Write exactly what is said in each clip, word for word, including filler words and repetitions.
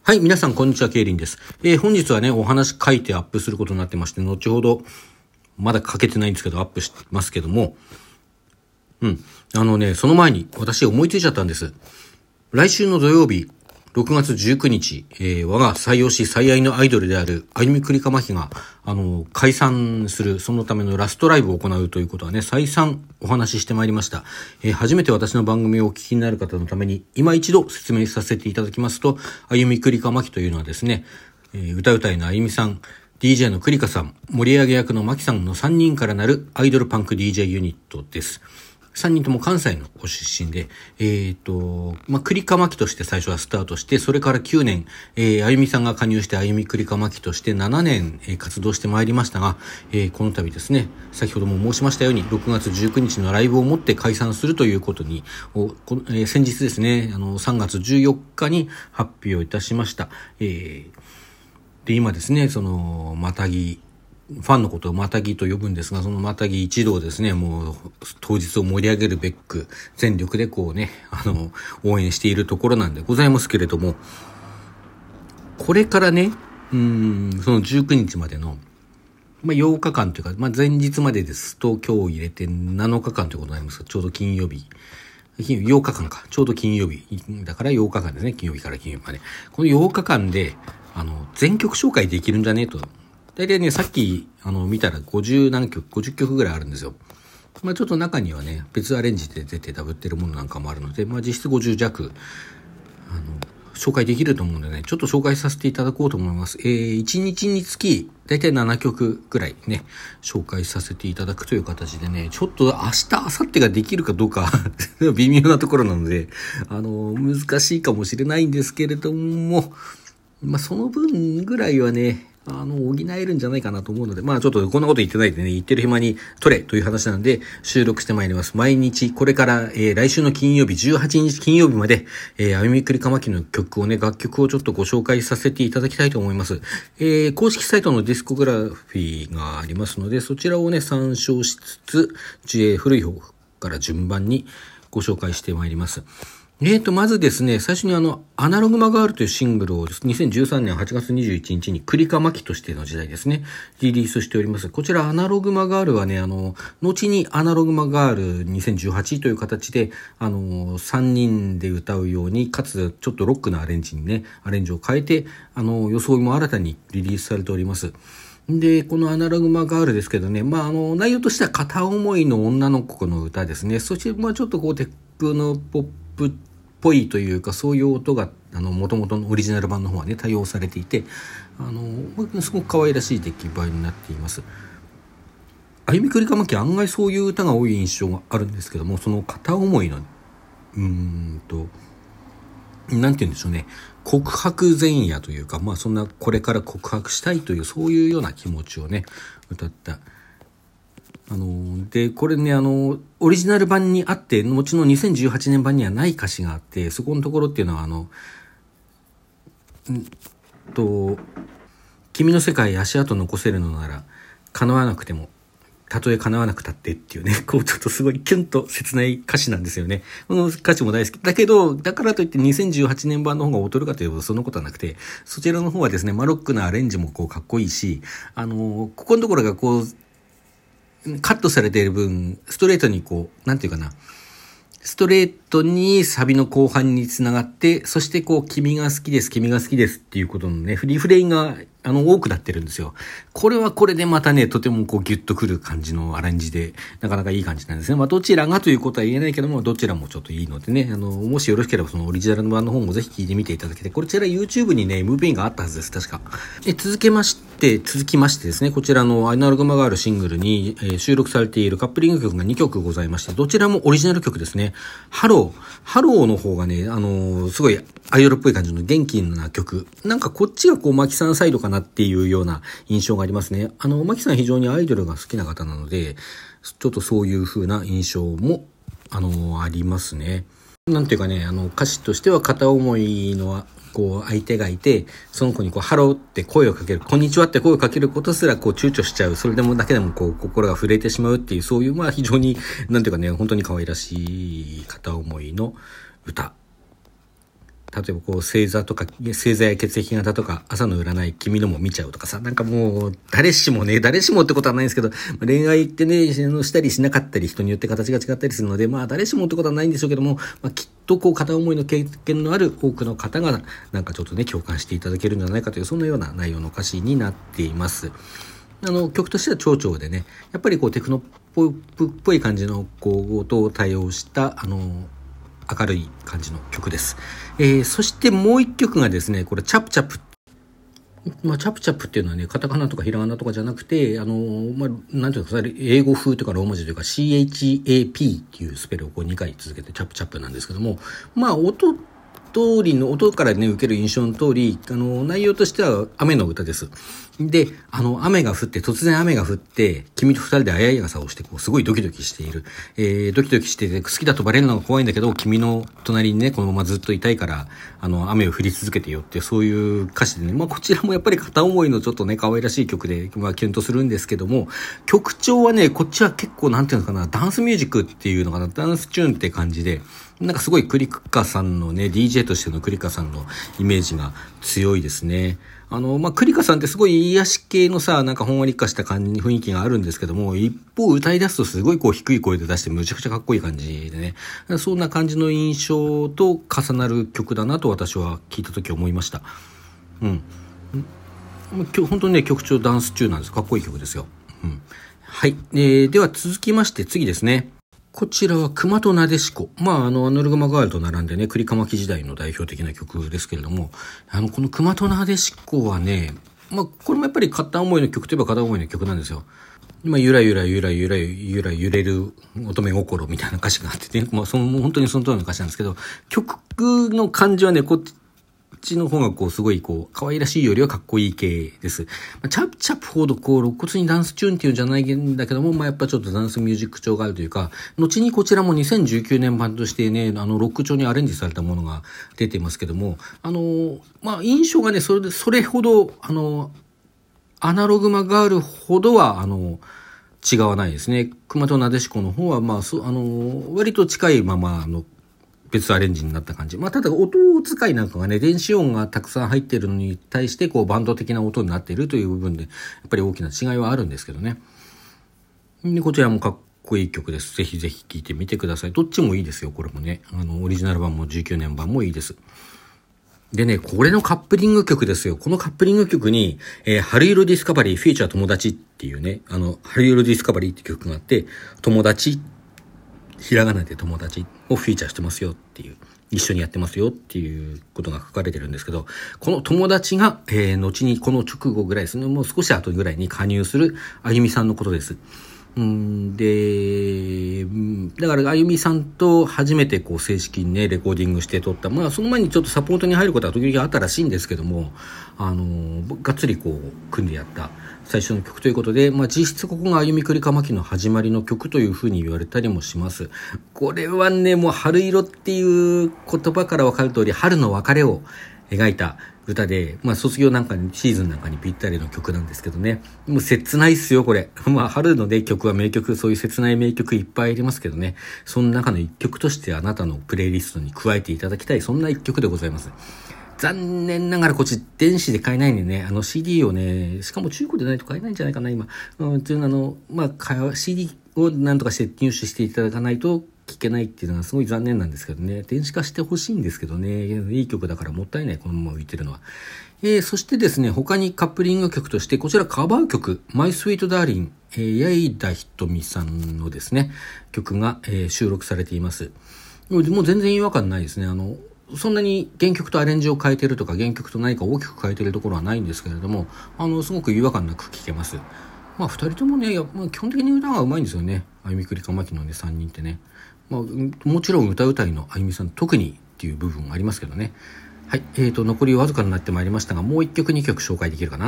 はい、皆さん、こんにちは、ケイリンです。えー、本日はね、お話書いてアップすることになってまして、後ほど、まだ書けてないんですけど、アップしてますけども、うん。あのね、その前に、私思いついちゃったんです。来週の土曜日、ろくがつじゅうくにち、えー、我が最推し最愛のアイドルである、あゆみくりかまきが、あの、解散する、そのためのラストライブを行うということはね、再三お話ししてまいりました。えー、初めて私の番組をお聞きになる方のために、今一度説明させていただきますと、あゆみくりかまきというのはですね、えー、歌うたいのあゆみさん、ディージェー のくりかさん、盛り上げ役のまきさんのさんにんからなるアイドルパンク ディージェー ユニットです。さんにんとも関西のご出身で、えっと、まあ、くりかまきとして最初はスタートして、それからきゅうねん、えー、あゆみさんが加入してあゆみくりかまきとしてななねん、えー、活動してまいりましたが、えー、この度ですね、先ほども申しましたように、ろくがつじゅうくにちのライブをもって解散するということに、おこえー、先日ですね、あの、さんがつじゅうよっかに発表いたしました。えー、で、今ですね、その、またぎ、ファンのことをまたぎと呼ぶんですが、そのまたぎ一同ですね、もう当日を盛り上げるべく全力でこうね、あの、応援しているところなんでございますけれども、これからね、うーん、そのじゅうくにちまでの、まあ、ようかかんというか、まあ、前日までですと今日入れてなのかかんということになりますが、ちょうど金曜日。ようかかんか。ちょうど金曜日。だからようかかんですね。金曜日から金曜日まで。このようかかんで、あの、全曲紹介できるんじゃねえと。大体ね、さっき、あの、見たらごじゅうなんきょく、ごじゅっきょくぐらいあるんですよ。まあちょっと中にはね、別アレンジで出てダブってるものなんかもあるので、まあ実質ごじゅうじゃく、あの、紹介できると思うのでね、ちょっと紹介させていただこうと思います。えー、いちにちにつき、だいたいななきょくぐらいね、紹介させていただくという形でね、ちょっと明日、明後日ができるかどうか、微妙なところなので、あの、難しいかもしれないんですけれども、まあその分ぐらいはね、あの、補えるんじゃないかなと思うので、まあちょっとこんなこと言ってないでね、言ってる暇に取れという話なので、収録してまいります。毎日、これから、えー、来週の金曜日、じゅうはちにち金曜日まで、えー、あゆみくりかまきの曲をね、楽曲をちょっとご紹介させていただきたいと思います。えー、公式サイトのディスコグラフィーがありますので、そちらをね、参照しつつ、えー、古い方から順番にご紹介してまいります。えーと、まずですね、最初にあの、アナログマガールというシングルをにせんじゅうさんねんはちがつにじゅういちにちにクリカマキとしての時代ですね、リリースしております。こちらアナログマガールはね、あの、後にアナログマガールにせんじゅうはちという形で、あの、さんにんで歌うように、かつちょっとロックなアレンジにね、アレンジを変えて、あの、装いも新たにリリースされております。で、このアナログマガールですけどね、まあ、あの、内容としては片思いの女の子の歌ですね。そして、まあ、ちょっとこう、テックのポップっぽいというか、そういう音が、あの、元々のオリジナル版の方はね、対応されていて、あの、すごく可愛らしい出来栄えになっています。あゆみくりかまき案外そういう歌が多い印象があるんですけども、その片思いの、うーんと、なんて言うんでしょうね。告白前夜というか、まあそんなこれから告白したいという、そういうような気持ちをね、歌った。あの、で、これね、あの、オリジナル版にあって、後のにせんじゅうはちねん版にはない歌詞があって、そこのところっていうのは、あの、んと、君の世界足跡残せるのなら、叶わなくても、たとえ叶わなくたってっていうね、こうちょっとすごいキュンと切ない歌詞なんですよね。この歌詞も大好き。だけど、だからといってにせんじゅうはちねん版の方が劣るかというとそんなことはなくて、そちらの方はですね、マロックなアレンジもこうかっこいいし、あのー、ここのところがこう、カットされている分、ストレートにこう、なんていうかな、ストレートにサビの後半につながって、そしてこう、君が好きです、君が好きですっていうことのね、リフレインが、あの、多くなってるんですよ。これはこれでまたね、とてもこう、ギュッとくる感じのアレンジで、なかなかいい感じなんですね。まあ、どちらがということは言えないけども、どちらもちょっといいのでね、あの、もしよろしければそのオリジナルの版の方もぜひ聞いてみていただけて、こちら YouTube にね、エムブイ があったはずです、確か。で、続けまして、続きましてですね、こちらのアナログマガールシングルに、えー、収録されているカップリング曲がにきょくございまして、どちらもオリジナル曲ですね。ハロー。ハローの方がね、あのー、すごいアイドルっぽい感じの元気な曲。なんかこっちがこう、マキさんサイドかなっていうような印象がありますね。あの、マキさん非常にアイドルが好きな方なので、ちょっとそういう風な印象も、あのー、ありますね。なんていうかね、あの、歌詞としては片思いのは、こう、相手がいて、その子にこう、ハローって声をかける、こんにちはって声をかけることすら、こう、躊躇しちゃう。それでもだけでも、こう、心が震えてしまうっていう、そういう、まあ、非常に、なんていうかね、本当に可愛らしい片思いの歌例えばこう星座とか星座や血液型とか朝の占い君のも見ちゃうとかさ、なんかもう誰しもね誰しもってことはないんですけど、恋愛ってねしたりしなかったり人によって形が違ったりするので、まあ誰しもってことはないんでしょうけども、まあ、きっとこう片思いの経験のある多くの方がなんかちょっとね共感していただけるんじゃないかという、そんなような内容の歌詞になっています。あの曲としては長調でね、やっぱりこうテクノっぽい、っぽい感じのこう音を対応したあの明るい感じの曲です。えー、そしてもう一曲がですね、これチャプチャプ。まあ、チャプチャプっていうのはね、カタカナとかひらがなとかじゃなくて、あのー、まあ、なんていうか、英語風というかローマ字というか シーエイチエーピー っていうスペルをこうにかい続けてチャプチャプなんですけども、まあ、音通りの音からね受ける印象の通り、あの内容としては雨の歌です。で、あの雨が降って突然雨が降って君と二人であやい傘をしてこうすごいドキドキしている、えー、ドキドキしてて好きだとバレるのが怖いんだけど君の隣にねこのままずっといたいからあの雨を降り続けてよって、そういう歌詞でね、まあこちらもやっぱり片思いのちょっとね可愛らしい曲でまあキュンとするんですけども、曲調はねこっちは結構なんていうのかな、ダンスミュージックっていうのかな、ダンスチューンって感じで、なんかすごいクリカさんのね ディージェー としてのクリカさんのイメージが強いですね。あのまあクリカさんってすごい癒し系のさ、なんかほんわり化した感じに雰囲気があるんですけども、一方歌い出すとすごいこう低い声で出してむちゃくちゃかっこいい感じでね、そんな感じの印象と重なる曲だなと私は聞いた時思いました。うん。今日本当にね曲調ダンス中なんです。かっこいい曲ですよ。うん。はい、えー、では続きまして次ですね。こちらは熊となでしこ。まあ、あの、アナルグマガールと並んでね、栗かまき時代の代表的な曲ですけれども、あの、この熊となでしこはね、まあ、これもやっぱり片思いの曲といえば片思いの曲なんですよ。まあ、ゆらゆらゆらゆらゆら揺れる乙女心みたいな歌詞があってね、まあ、その、本当にその通りの歌詞なんですけど、曲の感じはね、こっち、こっちの方がこうすごいこう可愛らしいよりはかっこいい系です。まあ、チャプチャプほどこう肋骨にダンスチューンっていうんじゃないんだけども、まあやっぱちょっとダンスミュージック調があるというか、後にこちらもにせんじゅうきゅうねん版としてね、あのロック調にアレンジされたものが出てますけども、あのまあ印象がねそれでそれほどあのアナログマガールほどはあの違わないですね。熊となでしこの方はまあそあの割と近いままの別アレンジになった感じ。まあ、ただ音使いなんかがね、電子音がたくさん入っているのに対して、こう、バンド的な音になっているという部分で、やっぱり大きな違いはあるんですけどね。で、こちらもかっこいい曲です。ぜひぜひ聴いてみてください。どっちもいいですよ、これもね。あの、オリジナル版もじゅうきゅうねん版もいいです。でね、これのカップリング曲ですよ。このカップリング曲に、えー、春色ディスカバリー、フィーチャー友達っていうね、あの、春色ディスカバリーって曲があって、友達ひらがなで友達をフィーチャーしてますよっていう、一緒にやってますよっていうことが書かれてるんですけど、この友達が、えー、後にこの直後ぐらいですね、もう少し後ぐらいに加入するあゆみさんのことです。うんで、だからあゆみさんと初めてこう正式にねレコーディングして撮った、まあその前にちょっとサポートに入ることは時々あったらしいんですけども、あのがっつりこう組んでやった最初の曲ということで、まあ実質ここがあゆみくりかまきの始まりの曲というふうに言われたりもします。これはねもう春色っていう言葉から分かる通り春の別れを描いた歌で、まあ卒業なんかにシーズンなんかにぴったりの曲なんですけどね、もう切ないっすよこれ。まあ春のね曲は名曲、そういう切ない名曲いっぱいありますけどね、その中の一曲としてあなたのプレイリストに加えていただきたい、そんな一曲でございます。残念ながらこっち電子で買えないんでね、あの シーディー をね、しかも中古でないと買えないんじゃないかな今。うん、というのあのまあ シーディー をなんとかして入手していただかないと聞けないっていうのはすごい残念なんですけどね。電子化してほしいんですけどね。いい曲だからもったいない、このまま浮いてるのは。えー、そしてですね、他にカップリング曲として、こちらカバー曲、My Sweet Darling、えー、矢井田ひとみさんのですね、曲が、えー、収録されています。もう全然違和感ないですね。あの、そんなに原曲とアレンジを変えてるとか、原曲と何か大きく変えてるところはないんですけれども、あの、すごく違和感なく聴けます。まあ、二人ともね、まあ、基本的に歌が上手いんですよね。あゆみくりかまきのね、三人ってね。まあ、もちろん歌うたいのあゆみさん特にっていう部分もありますけどね。はい、えーと残りわずかになってまいりましたが、もう一曲二曲紹介できるかな。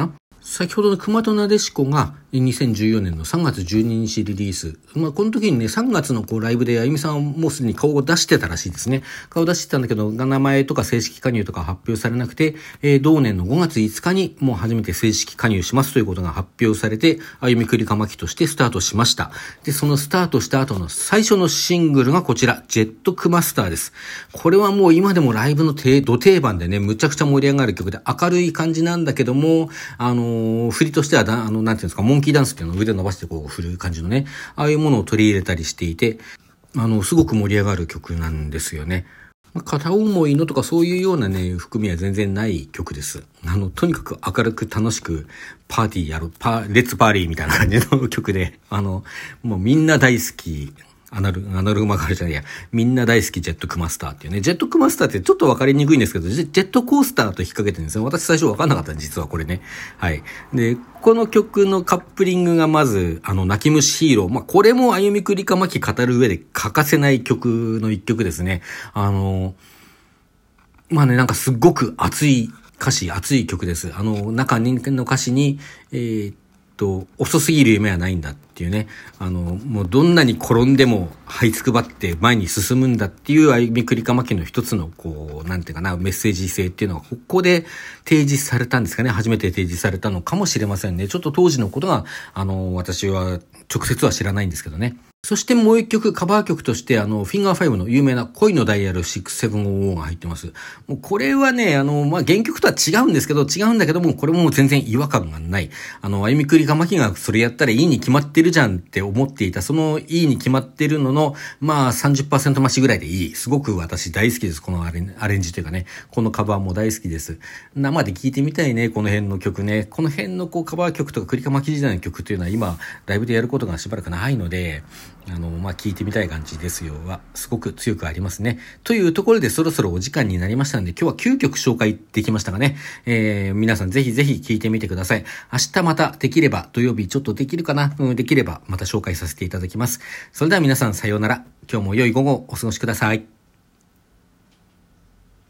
先ほどの熊となでしこがにせんじゅうよねんのさんがつじゅうににちリリース。まあ、この時にね、さんがつのこうライブであゆみさんはもうすでに顔を出してたらしいですね。顔を出してたんだけど、名前とか正式加入とか発表されなくて、えー、同年のごがついつかにもう初めて正式加入しますということが発表されて、あゆみくりかまきとしてスタートしました。で、そのスタートした後の最初のシングルがこちら、ジェットクマスターです。これはもう今でもライブの定土定番でね、むちゃくちゃ盛り上がる曲で明るい感じなんだけども、あのー、振りとしてはだ、あの、なんていうんですか、モンキーダンスっていうのを腕を伸ばしてこう振る感じのね、ああいうものを取り入れたりしていて、あの、すごく盛り上がる曲なんですよね。まあ、片思いのとかそういうようなね、含みは全然ない曲です。あの、とにかく明るく楽しくパーティーやる、パー、レッツパーリーみたいな感じの曲で、あの、もうみんな大好き。アナル、アナルグマガルじゃないや。みんな大好きジェットクマスターっていうね。ジェットクマスターってちょっとわかりにくいんですけど、ジェットコースターと引っ掛けてるんですよ。私最初わかんなかった実はこれね。はい。で、この曲のカップリングがまず、あの、泣き虫ヒーロー。まあ、これもあゆみくりかまき語る上で欠かせない曲の一曲ですね。あの、まあね、なんかすっごく熱い歌詞、熱い曲です。あの、中の歌詞に、えーと遅すぎる夢はないんだっていうね、あのもうどんなに転んでも這いつくばって前に進むんだっていうあゆみくりかまきの一つのこうなんていうかなメッセージ性っていうのがここで提示されたんですかね。初めて提示されたのかもしれませんね。ちょっと当時のことがあの私は直接は知らないんですけどね。そしてもう一曲、カバー曲として、あの、フィンガーファイブの有名な恋のダイヤルろくななゼロが入ってます。もうこれはね、あの、まあ、原曲とは違うんですけど、違うんだけども、これも全然違和感がない。あの、あゆみくりかまきがそれやったらいいに決まってるじゃんって思っていた、そのいいに決まってるのの、まあ、さんじゅっパーセント 増しぐらいでいい。すごく私大好きです。このアレン、アレンジというかね、このカバーも大好きです。生で聴いてみたいね、この辺の曲ね。この辺のこうカバー曲とかくりかまき時代の曲っていうのは今、ライブでやることがしばらくないので、あの、まあ、聞いてみたい感じですよは、すごく強くありますね。というところでそろそろお時間になりましたので、今日はきゅうきょく紹介できましたがね、えー、皆さんぜひぜひ聞いてみてください。明日またできれば、土曜日ちょっとできるかな、うん、できればまた紹介させていただきます。それでは皆さんさようなら。今日も良い午後お過ごしください。